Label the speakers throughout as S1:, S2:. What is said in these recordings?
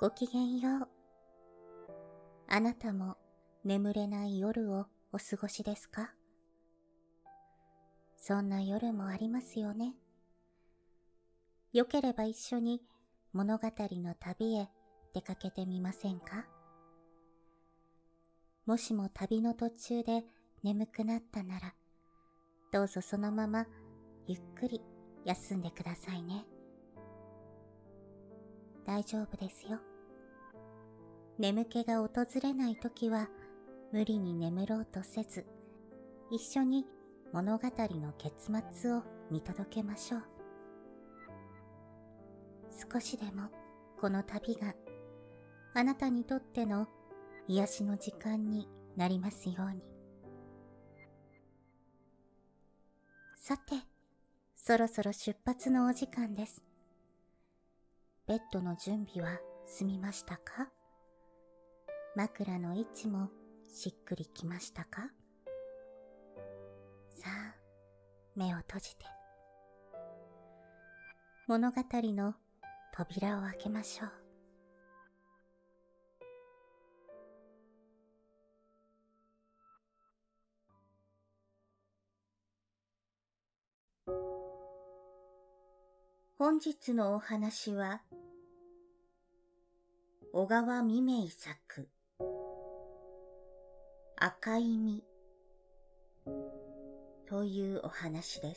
S1: ごきげんよう。あなたも眠れない夜をお過ごしですか？そんな夜もありますよね。よければ一緒に物語の旅へ出かけてみませんか？もしも旅の途中で眠くなったなら、どうぞそのままゆっくり休んでくださいね。大丈夫ですよ。眠気が訪れないときは無理に眠ろうとせず、一緒に物語の結末を見届けましょう。少しでもこの旅があなたにとっての癒しの時間になりますように。さて、そろそろ出発のお時間です。ベッドの準備は済みましたか？枕の位置もしっくりきましたか？さあ、目を閉じて物語の扉を開けましょう。本日のお話は、小川未明作赤い実というお話です。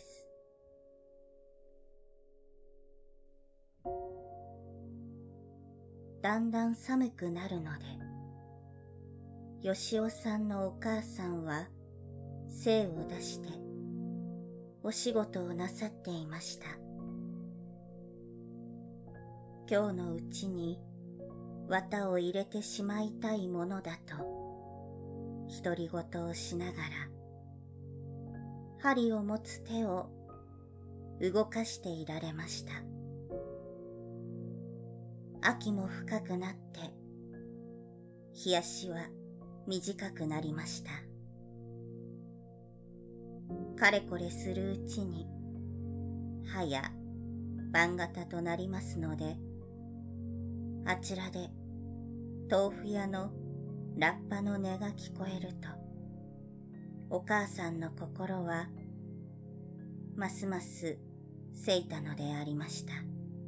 S1: だんだん寒くなるので、よしおさんのお母さんは精を出してお仕事をなさっていました。今日のうちに綿を入れてしまいたいものだと独り言をしながら、針を持つ手を動かしていられました。秋も深くなって、日足は短くなりました。かれこれするうちに、はや晩型となりますので、あちらで豆腐屋のラッパの音が聞こえると、お母さんの心はますますせいたのでありました。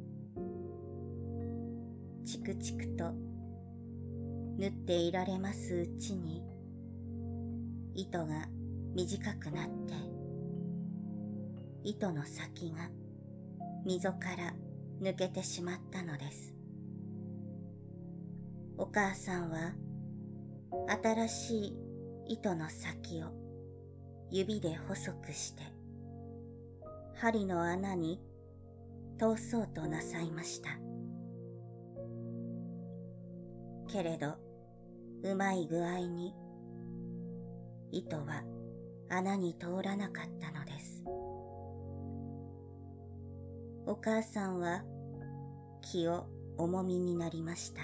S1: チクチクと縫っていられますうちに、糸が短くなって、糸の先が溝から抜けてしまったのです。お母さんは新しい糸の先を指で細くして針の穴に通そうとなさいました。けれどうまい具合に糸は穴に通らなかったのです。お母さんは気を重みになりました。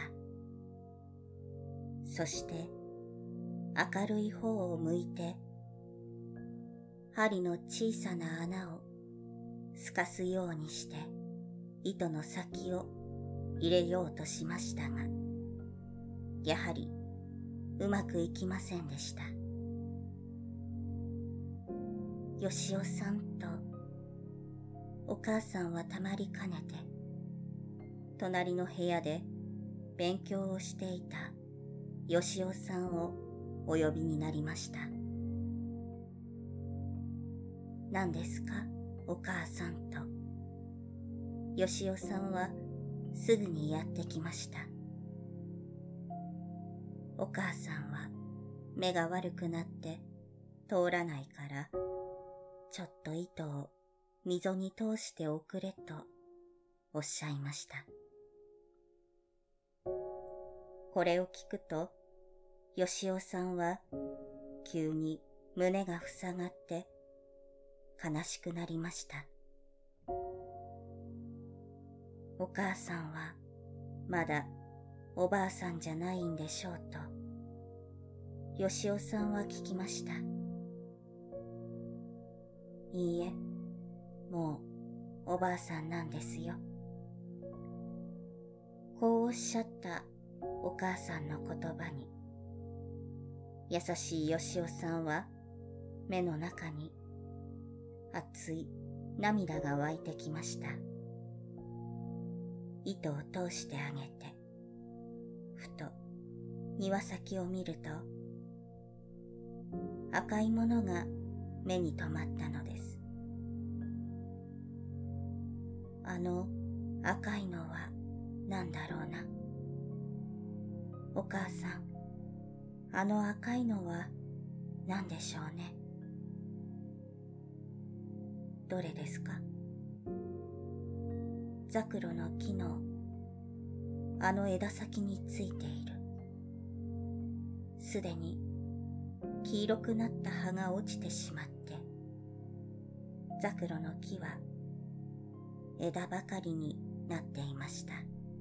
S1: そして明るい方を向いて針の小さな穴を透かすようにして糸の先を入れようとしましたが、やはりうまくいきませんでした。よしおさんとお母さんはたまりかねて、隣の部屋で勉強をしていたよしおさんをお呼びになりました。何ですか、お母さんと。よしおさんはすぐにやってきました。お母さんは目が悪くなって通らないから、ちょっと糸を溝に通しておくれとおっしゃいました。これを聞くと、よしおさんは急に胸が塞がって悲しくなりました。お母さんはまだおばあさんじゃないんでしょうと、よしおさんは聞きました。いいえ、もうおばあさんなんですよ。 こうおっしゃったお母さんの言葉に、優しいよしおさんは目の中に熱い涙が湧いてきました。糸を通してあげて、ふと庭先を見ると、赤いものが目に留まったのです。あの赤いのは何だろうな。お母さん、あの赤いのは何でしょうね。どれですか？ザクロの木のあの枝先についている。すでに黄色くなった葉が落ちてしまって、ザクロの木は枝ばかりになっていました。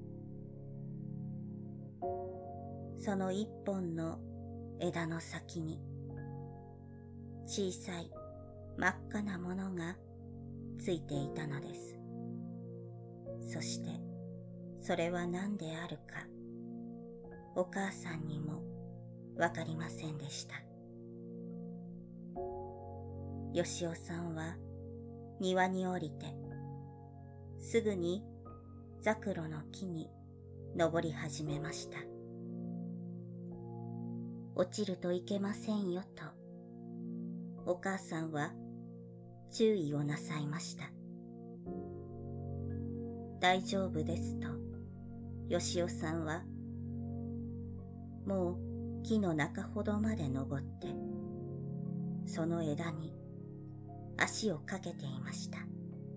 S1: その一本の枝の先に小さい真っ赤なものがついていたのです。そしてそれは何であるか、お母さんにもわかりませんでした。よしおさんは庭に降りて、すぐにザクロの木に登り始めました。落ちるといけませんよと、お母さんは注意をなさいました。大丈夫ですと、よしおさんは、もう木の中ほどまで登って、その枝に足をかけていました。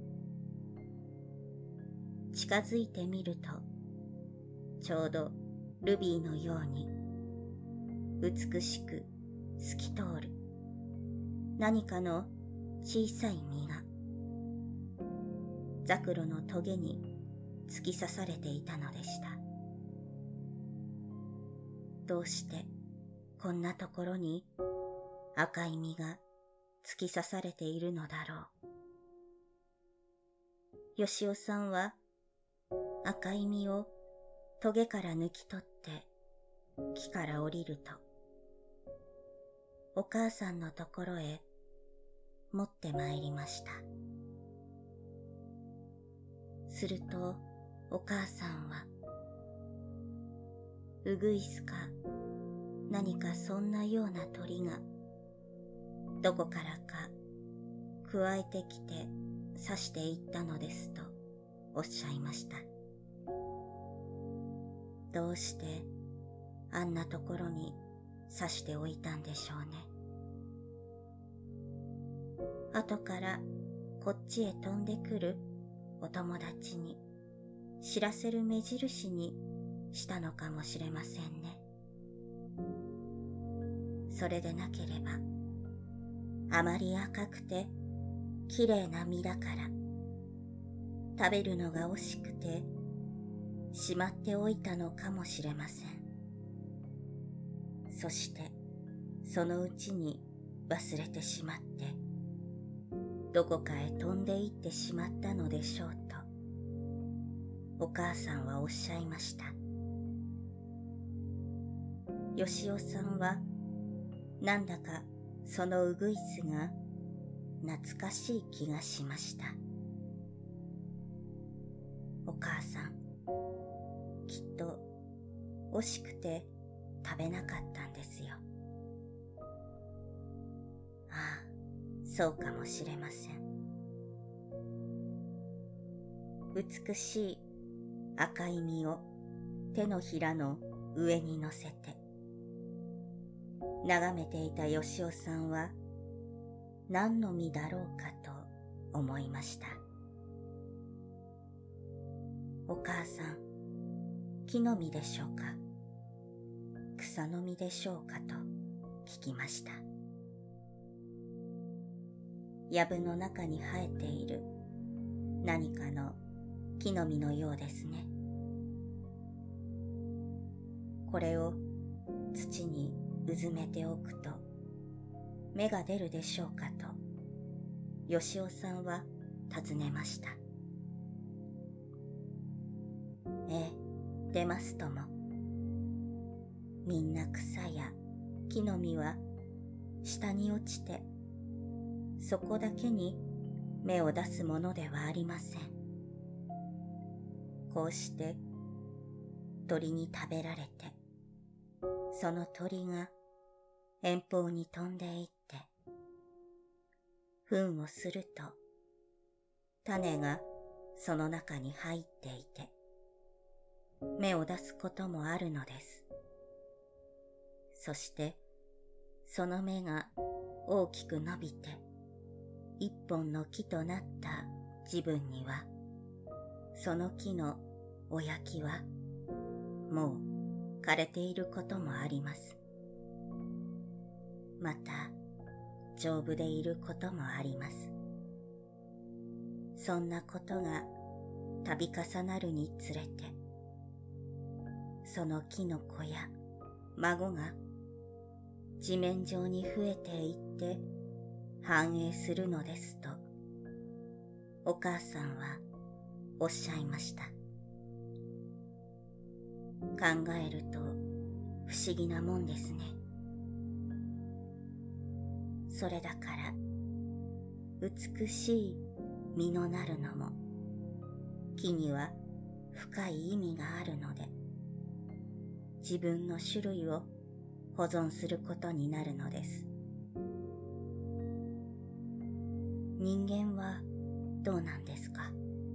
S1: 近づいてみると、ちょうどルビーのように、美しく透き通る何かの小さい実が、ザクロのトゲに突き刺されていたのでした。どうしてこんなところに赤い実が突き刺されているのだろう。よしおさんは赤い実をトゲから抜き取って木から降りると、お母さんのところへ持って参りました。するとお母さんは、ウグイスか何かそんなような鳥がどこからか加えてきて刺していったのですとおっしゃいました。どうしてあんなところに刺しておいたんでしょうね。後からこっちへ飛んでくるお友達に知らせる目印にしたのかもしれませんね。それでなければ、あまり赤くてきれいな実だから食べるのが惜しくてしまっておいたのかもしれません。そしてそのうちに忘れてしまってどこかへ飛んで行ってしまったのでしょうとお母さんはおっしゃいました。よしおさんはなんだかそのウグイスが懐かしい気がしました。お母さん、きっと惜しくて食べなかったんですよ。ああ、そうかもしれません。美しい赤い実を手のひらの上に乗せて眺めていたよしおさんは何の実だろうかと思いました。お母さん、木の実でしょうか、草の実でしょうかと聞きました。藪の中に生えている何かの木の実のようですね。これを土にうずめておくと芽が出るでしょうかとよしおさんは尋ねました。ええ、 出ますとも、みんな草や木の実は下に落ちて、そこだけに芽を出すものではありません。こうして鳥に食べられて、その鳥が遠方に飛んでいって、糞をすると種がその中に入っていて、芽を出すこともあるのです。そしてその芽が大きく伸びて一本の木となった自分には、その木の親木はもう枯れていることもあります。また丈夫でいることもあります。そんなことが度重なるにつれて、その木の子や孫が地面上に増えていって繁栄するのですと、お母さんはおっしゃいました。考えると不思議なもんですね。それだから美しい実のなるのも、木には深い意味があるので、自分の種類を保存することになるのです。人間はどうなんですか？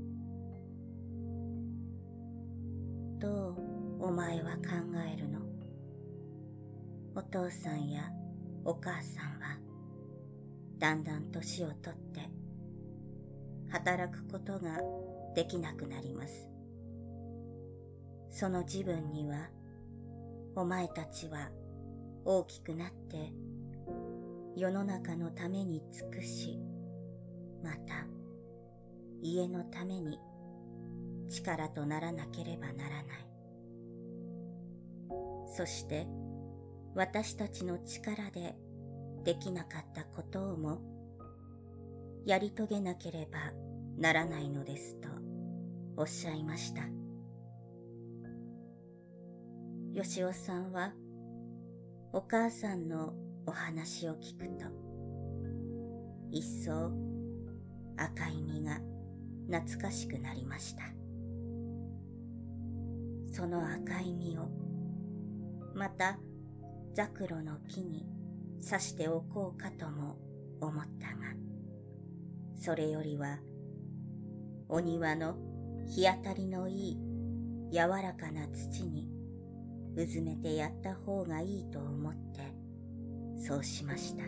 S1: どうお前は考えるの？お父さんやお母さんはだんだん年をとって働くことができなくなります。その自分には、お前たちは大きくなって世の中のために尽くし、また家のために力とならなければならない。そして私たちの力でできなかったことをもやり遂げなければならないのですとおっしゃいました。よしおさんはお母さんのお話を聞くと、一層赤い実が懐かしくなりました。その赤い実をまたザクロの木に刺しておこうかとも思ったが、それよりはお庭の日当たりのいい柔らかな土にうずめてやった方がいいと思ってそうしました。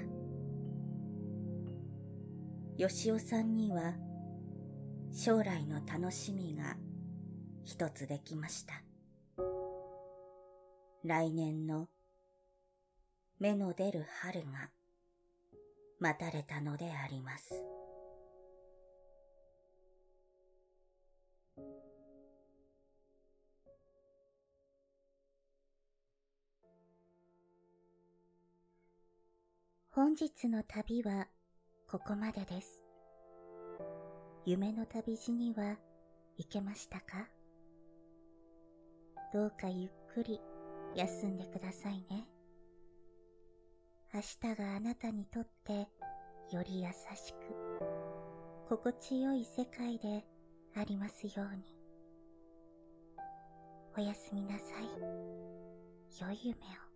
S1: よしおさんには将来の楽しみが一つできました。来年の芽の出る春が待たれたのであります。本日の旅はここまでです。夢の旅路には行けましたか？どうかゆっくり休んでくださいね。明日があなたにとってより優しく、心地よい世界でありますように。おやすみなさい。良い夢を。